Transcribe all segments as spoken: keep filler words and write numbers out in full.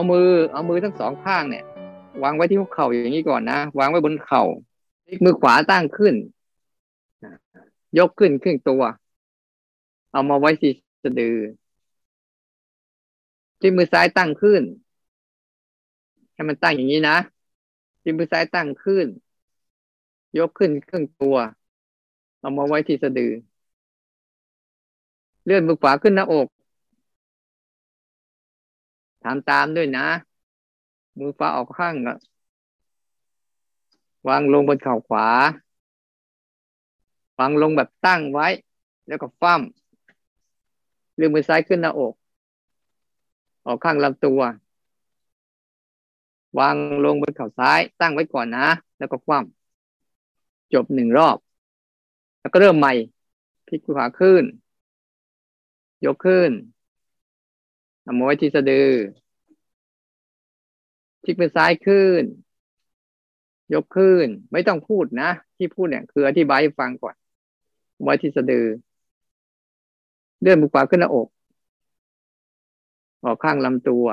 มือเอามือทั้งสองข้างเนี่ยวางไว้ที่หัวเข่าอย่างนี้ก่อนนะวางไว้บนเข่าพลิกมือขวาตั้งขึ้นยกขึ้นครึ่งตัวเอามาไว้ที่สะดือพลิกมือซ้ายตั้งขึ้นให้มันตั้งอย่างนี้นะพลิกมือซ้ายตั้งขึ้นยกขึ้นครึ่งตัวเอามาไว้ที่สะดือเลื่อนมือขวาขึ้นหน้าอกทำตามด้วยนะมือขวาออกข้างวางลงบนเข่าขวาวางลงแบบตั้งไว้แล้วก็คว่ำเลื่อนมือซ้ายขึ้นหน้าอกออกข้างลำตัววางลงบนเข่าซ้ายตั้งไว้ก่อนนะแล้วก็คว่ำจบหนึ่งรอบแล้วก็เริ่มใหม่พลิกขวาขึ้นยกขึ้นเอามาไว้ที่สะดือพลิกมือซ้ายขึ้นยกขึ้นไม่ต้องพูดนะที่พูดเนี่ยคืออธิบายให้ฟังก่อนไว้ที่สะดือเลื่อนมือขวาขึ้นหน้าอกออกข้างลำตัว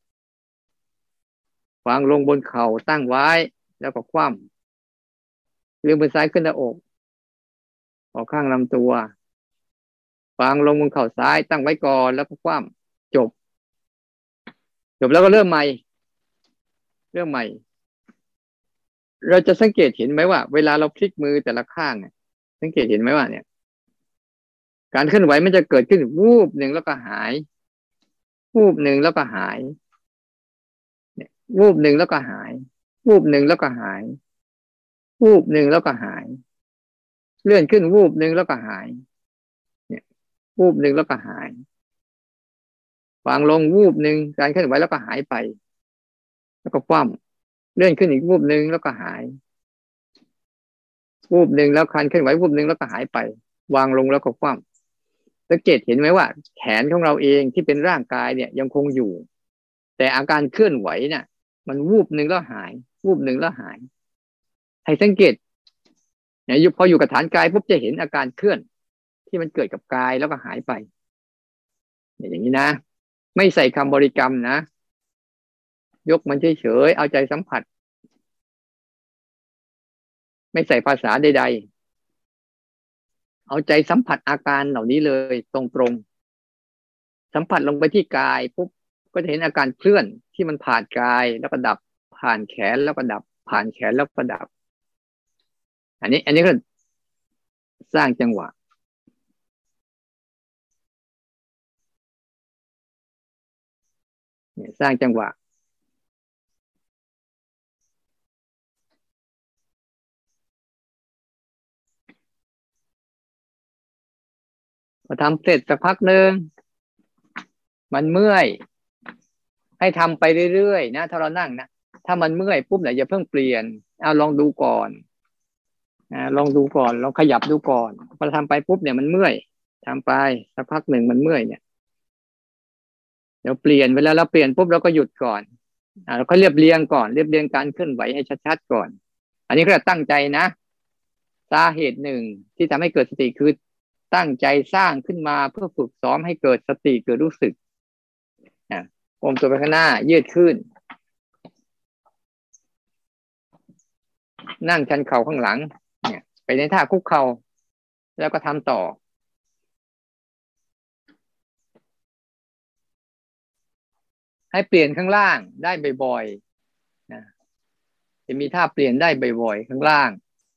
วางลงบนเข่าตั้งไว้แล้วก็คว่ำเลื่อนมือซ้ายขึ้นหน้าอกออกข้างลำตัววางลงบนเข่าซ้ายตั้งไว้ก่อนแล้วก็คว่ำจบจบแล้วก็เริ่มใหม่เริ่มใหม่เราจะสังเกตเห็นไหมว่าเวลาเราพลิกมือแต่ละข้างเนี่ยสังเกตเห็นไหมว่าเนี่ยการเคลื่อนไหวมันจะเกิดขึ้นวูบหนึ่งแล้วก็หายวูบหนึ่งแล้วก็หายเนี่ยวูบหนึ่งแล้วก็หายวูบหนึ่งแล้วก็หายวูบหนึ่งแล้วก็หายเลื่อนขึ้นวูบหนึ่งแล้วก็หายเนี่ยวูบหนึ่งแล้วก็หายวางลงวูบหนึ่งการเคลื่อนไหวแล้วก็หายไปแล้วก็คว่ำเลื่อนขึ้นอีกวูบหนึ่งแล้วก็หายวูบหนึ่งแล้วการเคลื่อนไหววูบหนึ่งแล้วก็หายไปวางลงแล้วก็คว่ำสังเกตเห็นไหมว่าแขนของเราเองที่เป็นร่างกายเนี่ยยังคงอยู่แต่อาการเคลื่อนไหวเนี่ยมันวูบหนึ่งแล้วหายวูบหนึ่งแล้วหายให้สังเกตเนี่ยพออยู่กับฐานกายปุ๊บจะเห็นอาการเคลื่อนที่มันเกิดกับกายแล้วก็หายไปอย่างนี้นะไม่ใส่คำบริกรรมนะยกมันเฉยๆเอาใจสัมผัสไม่ใส่ภาษาใดๆเอาใจสัมผัสอาการเหล่านี้เลยตรงๆสัมผัสลงไปที่กายปุ๊บก็จะเห็นอาการเคลื่อนที่มันผ่านกายแล้วก็ดับผ่านแขนแล้วก็ดับผ่านแขนแล้วก็ดับอันนี้อันนี้ก็สร้างจังหวะเนี่ยสร้างจังหวะพอทำเสร็จสักพักหนึ่งมันเมื่อยให้ทำไปเรื่อยๆนะถ้าเรานั่งนะถ้ามันเมื่อยปุ๊บเนี่ยอย่าเพิ่งเปลี่ยนเอาลองดูก่อนนะลองดูก่อนลองขยับดูก่อนพอทำไปปุ๊บเนี่ยมันเมื่อยทำไปสักพักหนึ่งมันเมื่อยเนี่ยเดี๋ยวเปลี่ยนเวลาเราเปลี่ยนปุ๊บเราก็หยุดก่อนอ่าเราก็เรียบเรียงก่อนเรียบเรียงการเคลื่อนไหวให้ชัดๆก่อนอันนี้ก็ตั้งใจนะสาเหตุหนึ่งที่ทำให้เกิดสติคือตั้งใจสร้างขึ้นมาเพื่อฝึกซ้อมให้เกิดสติเกิดรู้สึกนะโอมตัวไปข้างหน้ายืดขึ้นนั่งชันเข่าข้างหลังเนี่ยไปในท่าคุกเข่าแล้วก็ทำต่อให้เปลี่ยนข้างล่างได้บ่อยๆนะจะมีท่าเปลี่ยนได้บ่อยๆข้างล่าง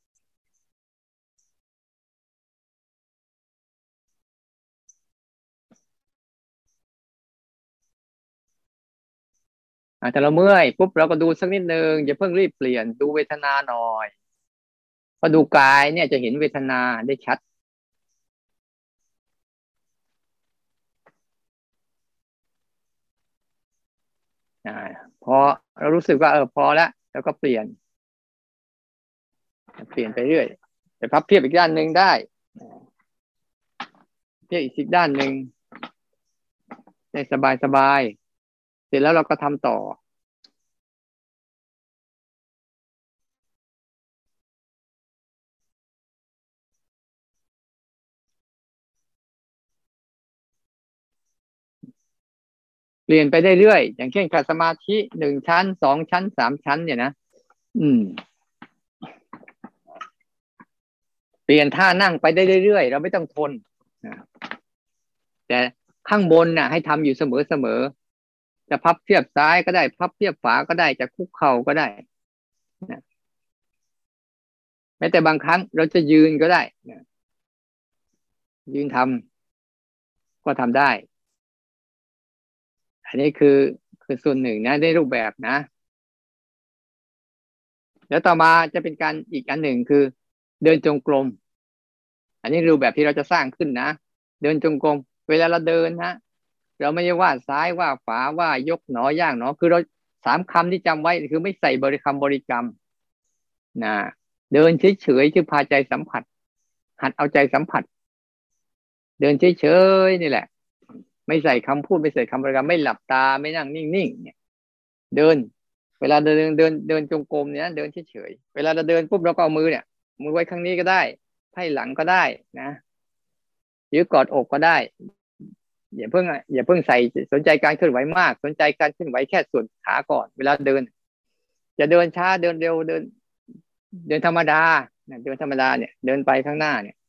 แต่เราเมื่อยปุ๊บเราก็ดูสักนิดนึงอย่าเพิ่งรีบเปลี่ยนดูเวทนาหน่อยพอดูกายเนี่ยจะเห็นเวทนาได้ชัดอ่าพอเรารู้สึกว่าเออพอแล้วแล้วก็เปลี่ยนเปลี่ยนไปเรื่อยไปพับเพียบอีกด้านหนึ่งได้เพียบอีกสิบด้านหนึ่งได้สบายสบายเสร็จแล้วเราก็ทำต่อเปลี่ยนไปได้เรื่อยอย่างเช่นขัดสมาธิหนึ่งชั้นสองชั้นสามชั้นเนี่ยนะอืมเปลี่ยนท่านั่งไปได้เรื่อยๆเราไม่ต้องทนนะแต่ข้างบนน่ะให้ทำอยู่เสมอๆจะพับเพียบซ้ายก็ได้พับเพียบขวาก็ได้จะคุกเข่าก็ได้นะแม้แต่บางครั้งเราจะยืนก็ได้นะยืนทำก็ทำได้อันนี้คือคือส่วนหนึ่งนะในรูปแบบนะแล้วต่อมาจะเป็นการอีกอันหนึ่งคือเดินจงกรมอันนี้รูปแบบที่เราจะสร้างขึ้นนะเดินจงกรมเวลาเราเดินนะเราไม่ได้ว่าซ้ายว่าขวาว่ายกหนอย่างหนอคือเราสามคำที่จำไว้คือไม่ใส่บริคำบริกรรมนะเดินเฉยๆคือพาใจสัมผัสหัดเอาใจสัมผัสเดินเฉยๆนี่แหละไม่ใส่คำพูดไม่ใส่คำบริกรรมไม่หลับตาไม่นั่งนิ่งๆเนี่ยเดินเวลาเดินเดินเดินจงกรมเนี่ยเดินเฉยๆเวลาเราเดินปุ๊บเราก็เอามือเนี่ยมือไว้ข้างนี้ก็ได้ไพ่หลังก็ได้นะหรือกอดอกก็ได้อย่าเพิ่งอย่าเพิ่งใส่สนใจการเคลื่อนไหวมากสนใจการเคลื่อนไหวแค่ส่วนขาก่อนเวลาเดินจะเดินช้าเดินเร็วเดินเดินธรรมดาเดินธรรมดาเนี่ยเดินไปข้างหน้าเนี่ย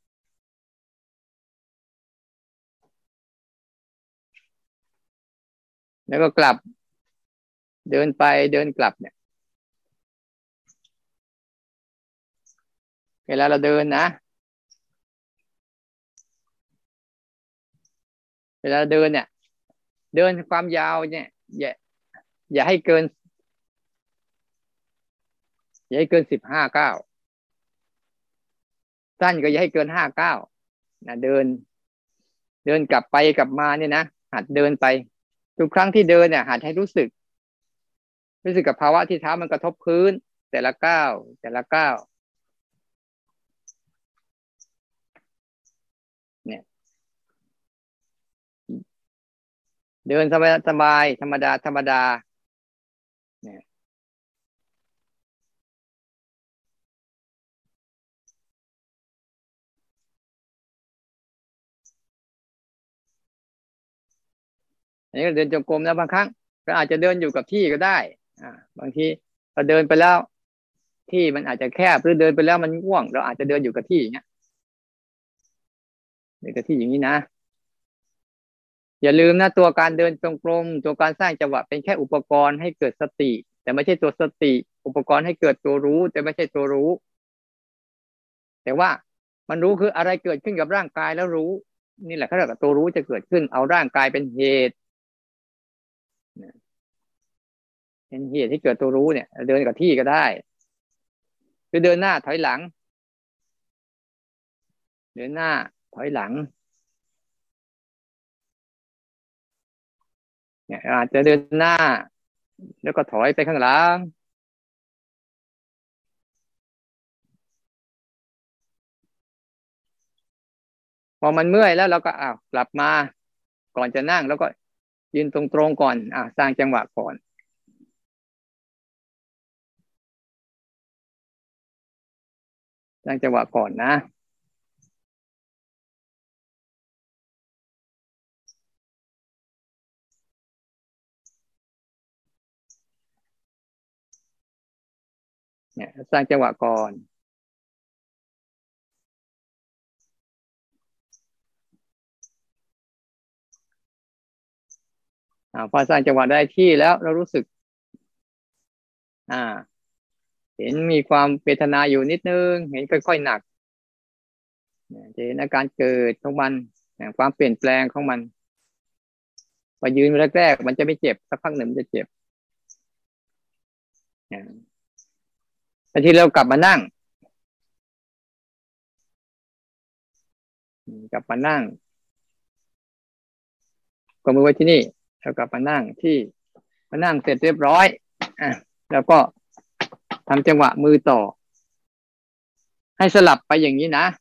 แล้วก็กลับเดินไปเดินกลับเนี่ยเวลาเราเดินนะเวลาเดินเนี่ยเดินความยาวเนี่ยอย่าอย่าให้เกินอย่าให้เกินสิบห้าเก้าสั้นก็อย่าให้เกินห้าเก้านะเดินเดินกลับไปกลับมาเนี่ยนะหัดเดินไปทุกครั้งที่เดินเนี่ยหัดให้รู้สึกรู้สึกกับภาวะที่เท้ามันกระทบพื้นแต่ละก้าวแต่ละก้าวเนี่ยเดินสบายสบายธรรมดาธรรมดาเนี่ยอันนี้ก็เดินจงกรมนะบางครั้งก็อาจจะเดินอยู่กับที่ก็ได้อ่าบางทีเราเดินไปแล้วที่มันอาจจะแคบหรือเดินไปแล้วมันง่วงเราอาจจะเดินอยู่กับที่อย่างเงี้ยเดินกับที่อย่างนี้นะอย่าลืมนะตัวการเดินจงกรมตัวการสร้างจังหวะเป็นแค่อุปกรณ์ให้เกิดสติแต่ไม่ใช่ตัวสติอุปกรณ์ให้เกิดตัวรู้แต่ไม่ใช่ตัวรู้แต่ว่ามันรู้คืออะไรเกิดขึ้นกับร่างกายแล้วรู้นี่แหละเขาเรียกว่าตัวรู้จะเกิดขึ้นเอาร่างกายเป็นเหตุเป็นเหตุที่เกิดตัวรู้เนี่ยเดินกับที่ก็ได้คือเดินหน้าถอยหลังเดินหน้าถอยหลังเนี่ยอาจจะเดินหน้าแล้วก็ถอยไปข้างหลังพอมันเมื่อยแล้วเราก็อ้าวกลับมาก่อนจะนั่งแล้วก็ยืนตรงๆก่อนอ่าสร้างจังหวะก่อนสร้างจังหวะก่อนนะเนี่ยสร้างจังหวะก่อนอ่าพอสร้างจังหวะได้ที่แล้วเรารู้สึกอ่าเห็นมีความเวทนาอยู่นิดนึงเห็นค่อยๆหนักจะเห็นอาการเกิดของมันความเปลี่ยนแปลงของมันพอยืนแรกๆมันจะไม่เจ็บสักพักหนึ่งมันจะเจ็บแต่ที่เรากลับมานั่งกลับมานั่งก็มือไว้ที่นี่แล้วกลับมานั่งที่มานั่งเสร็จเรียบร้อยอ่ะแล้วก็ทำจังหวะมือต่อให้สลับไปอย่างนี้นะ